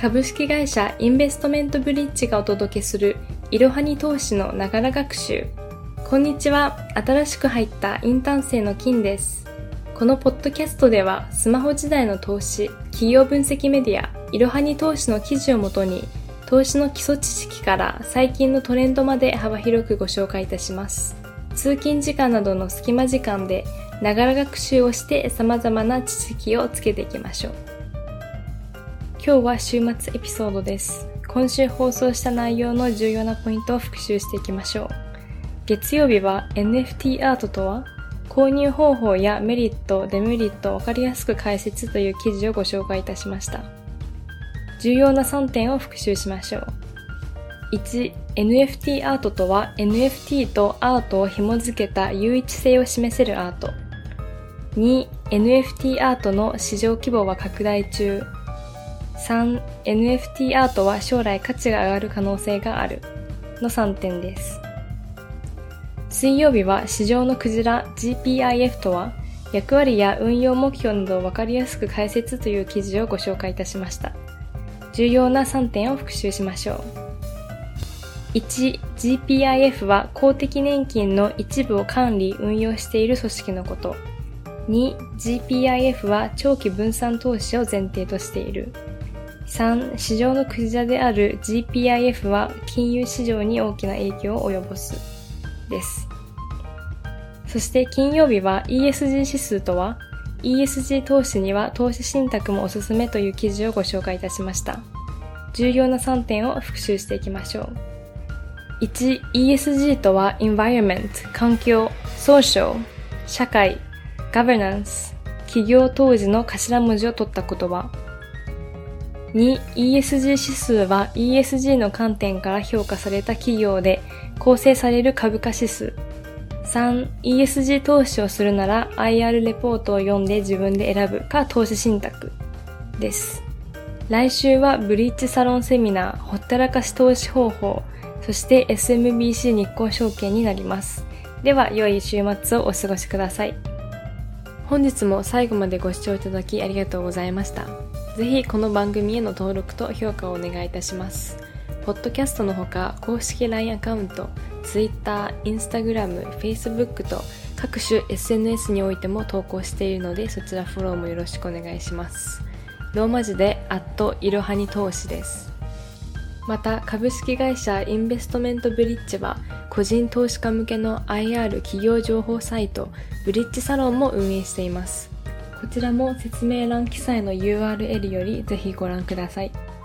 株式会社インベストメントブリッジがお届けするいろはに投資のながら学習。こんにちは。新しく入ったインターン生の金です。このポッドキャストではスマホ時代の投資、企業分析メディア、いろはに投資の記事をもとに投資の基礎知識から最近のトレンドまで幅広くご紹介いたします。通勤時間などの隙間時間でながら学習をして様々な知識をつけていきましょう。今日は週末エピソードです。今週放送した内容の重要なポイントを復習していきましょう。月曜日は NFT アートとは、購入方法やメリット、デメリットを分かりやすく解説という記事をご紹介いたしました。重要な3点を復習しましょう。1、NFT アートとは NFT とアートを紐付けた優一性を示せるアート。2、NFT アートの市場規模は拡大中。3、NFT アートは将来価値が上がる可能性があるの3点です。水曜日は市場のクジラ GPIF とは役割や運用目標などを分かりやすく解説という記事をご紹介いたしました。重要な3点を復習しましょう。1、GPIF は公的年金の一部を管理・運用している組織のこと。2、GPIF は長期分散投資を前提としている。3、市場のクジラである GPIF は金融市場に大きな影響を及ぼすです。そして金曜日は ESG 指数とは、ESG 投資には投資信託もおすすめという記事をご紹介いたしました。重要な3点を復習していきましょう。1、ESG とは Environment、環境、Social、社会、Governance、企業当時の頭文字を取った言葉。2、ESG 指数は ESG の観点から評価された企業で構成される株価指数。3、ESG 投資をするなら IR レポートを読んで自分で選ぶか投資信託です。来週はブリッジサロンセミナー、ほったらかし投資方法、そして SMBC 日興証券になります。では良い週末をお過ごしください。本日も最後までご視聴いただきありがとうございました。ぜひこの番組への登録と評価をお願いいたします。ポッドキャストのほか公式 LINE アカウント、Twitter、Instagram、Facebook と各種 SNS においても投稿しているのでそちらフォローもよろしくお願いします。ローマ字でいろはに投資です。また株式会社インベストメントブリッジは個人投資家向けの IR 企業情報サイトブリッジサロンも運営しています。こちらも説明欄記載の URL よりぜひご覧ください。